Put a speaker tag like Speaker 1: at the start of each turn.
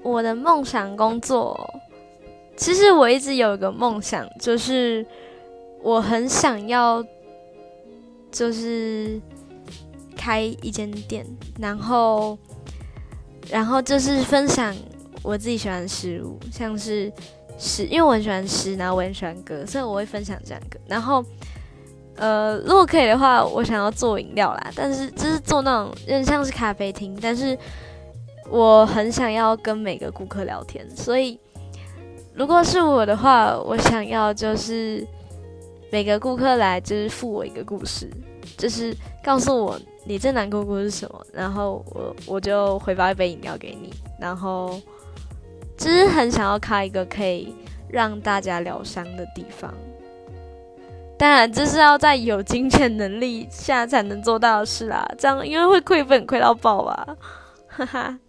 Speaker 1: 我的梦想工作，其实我一直有一个梦想，就是我很想要，就是开一间店，然后就是分享我自己喜欢的事物，像是诗，因为我很喜欢诗，然后我很喜欢歌，所以我会分享这样歌。然后，如果可以的话，我想要做饮料啦，但是就是做那种有点像是咖啡厅，但是我很想要跟每个顾客聊天，所以如果是我的话，我想要就是每个顾客来就是付我一个故事，就是告诉我你最难过的故事是什么，然后我就回报一杯饮料给你，然后就是很想要开一个可以让大家疗伤的地方。当然，这是要在有金钱能力下才能做到的事啦，这样因为会亏本亏到爆吧，哈哈。